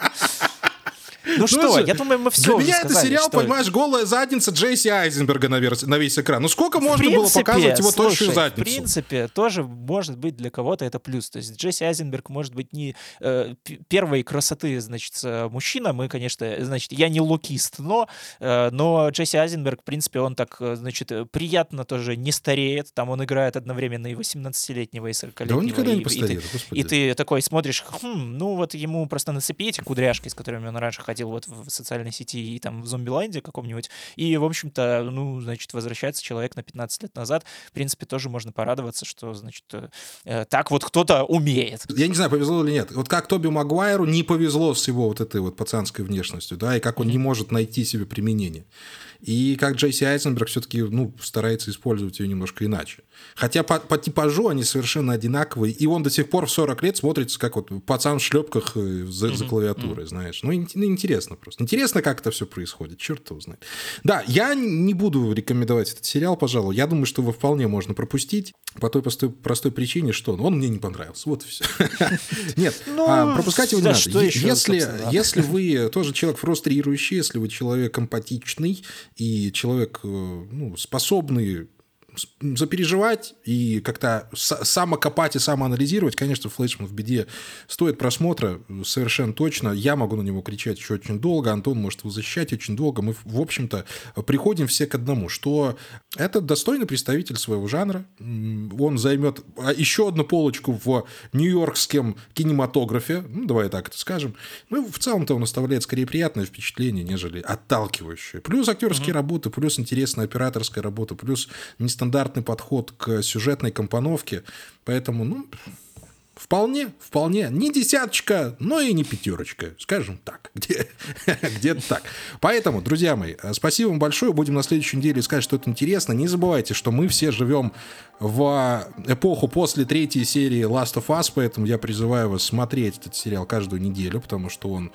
Ну что, я думаю, мы все уже сказали. Для меня это сериал, что... понимаешь, голая задница Джесси Айзенберга на весь экран. Ну сколько можно было показывать его тощую задницу? В принципе, тоже может быть для кого-то это плюс. То есть Джесси Айзенберг может быть не первой красоты, значит, мужчина. Мы, конечно, значит, я не лукист, но Джесси Айзенберг, в принципе, он так, значит, приятно тоже не стареет. Там он играет одновременно и 18-летнего, и 40-летнего. Да он никогда не постареет, и ты такой смотришь, ну вот ему просто нацепи эти кудряшки, с которыми он раньше ходил вот в социальной сети и там в Зомбиленде каком-нибудь, и, в общем-то, ну, значит, возвращается человек на 15 лет назад. В принципе, тоже можно порадоваться, что, значит, так вот кто-то умеет. Я не знаю, повезло или нет. Вот как Тоби Магуайру не повезло с его вот этой вот пацанской внешностью, да, и как он не может найти себе применение. И как Джесси Айзенберг все-таки, ну, старается использовать ее немножко иначе. Хотя по типажу они совершенно одинаковые, и он до сих пор в 40 лет смотрится как вот пацан в шлепках за клавиатурой, знаешь. Ну, интересно просто. Интересно, как это все происходит, черт его знает. Да, я не буду рекомендовать этот сериал, пожалуй. Я думаю, что его вполне можно пропустить по той простой причине, что он мне не понравился. Вот и все. Нет, пропускать его не надо. Если вы тоже человек фрустрирующий, если вы человек эмпатичный, и человек, ну, способный запереживать и как-то самокопать и самоанализировать, конечно, «Флэшман в беде» стоит просмотра совершенно точно. Я могу на него кричать еще очень долго, Антон может его защищать очень долго. Мы, в общем-то, приходим все к одному, что это достойный представитель своего жанра. Он займет еще одну полочку в нью-йоркском кинематографе, ну, давай так это скажем. Ну, в целом-то он оставляет скорее приятное впечатление, нежели отталкивающее. Плюс актерские работы, плюс интересная операторская работа, плюс нестандартный подход к сюжетной компоновке. Поэтому, ну, вполне. Не десяточка, но и не пятерочка. Скажем так. Где-то так. Поэтому, друзья мои, спасибо вам большое. Будем на следующей неделе искать что-то интересное. Не забывайте, что мы все живем в эпоху после 3-й серии Last of Us, поэтому я призываю вас смотреть этот сериал каждую неделю, потому что он,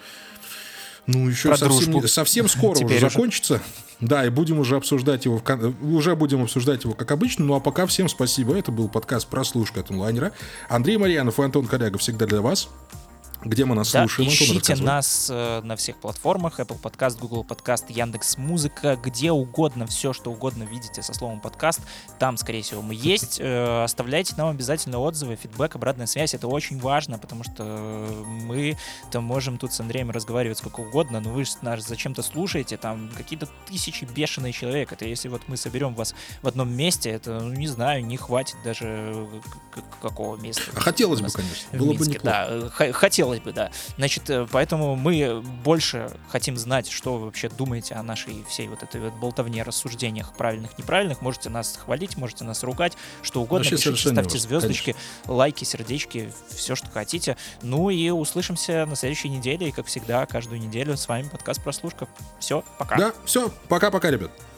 ну, еще совсем скоро уже закончится. Да, и будем уже обсуждать его как обычно. Ну а пока всем спасибо. Это был подкаст «Прослушка» от онлайнера. Андрей Марьянов и Антон Корягов всегда для вас. Где мы нас слушаем? Ищите нас на всех платформах: Apple Podcast, Google Podcast, Яндекс.Музыка, где угодно, все, что угодно видите со словом подкаст, там, скорее всего, мы есть. Оставляйте нам обязательно отзывы, фидбэк, обратная связь. Это очень важно, потому что мы там можем тут с Андреем разговаривать сколько угодно, но вы нас зачем-то слушаете, там какие-то тысячи бешеные человек. Это если вот мы соберем вас в одном месте, это, ну, не знаю, не хватит даже какого места. Хотелось бы, конечно. Было бы неплохо. Да, хотелось бы, да. Значит, поэтому мы больше хотим знать, что вы вообще думаете о нашей всей вот этой вот болтовне, рассуждениях правильных, неправильных. Можете нас хвалить, можете нас ругать, что угодно. Пишите, ставьте звездочки, конечно, лайки, сердечки, все, что хотите. Ну и услышимся на следующей неделе. И, как всегда, каждую неделю с вами подкаст «Прослушка». Все, пока. Да, все, пока-пока, ребят.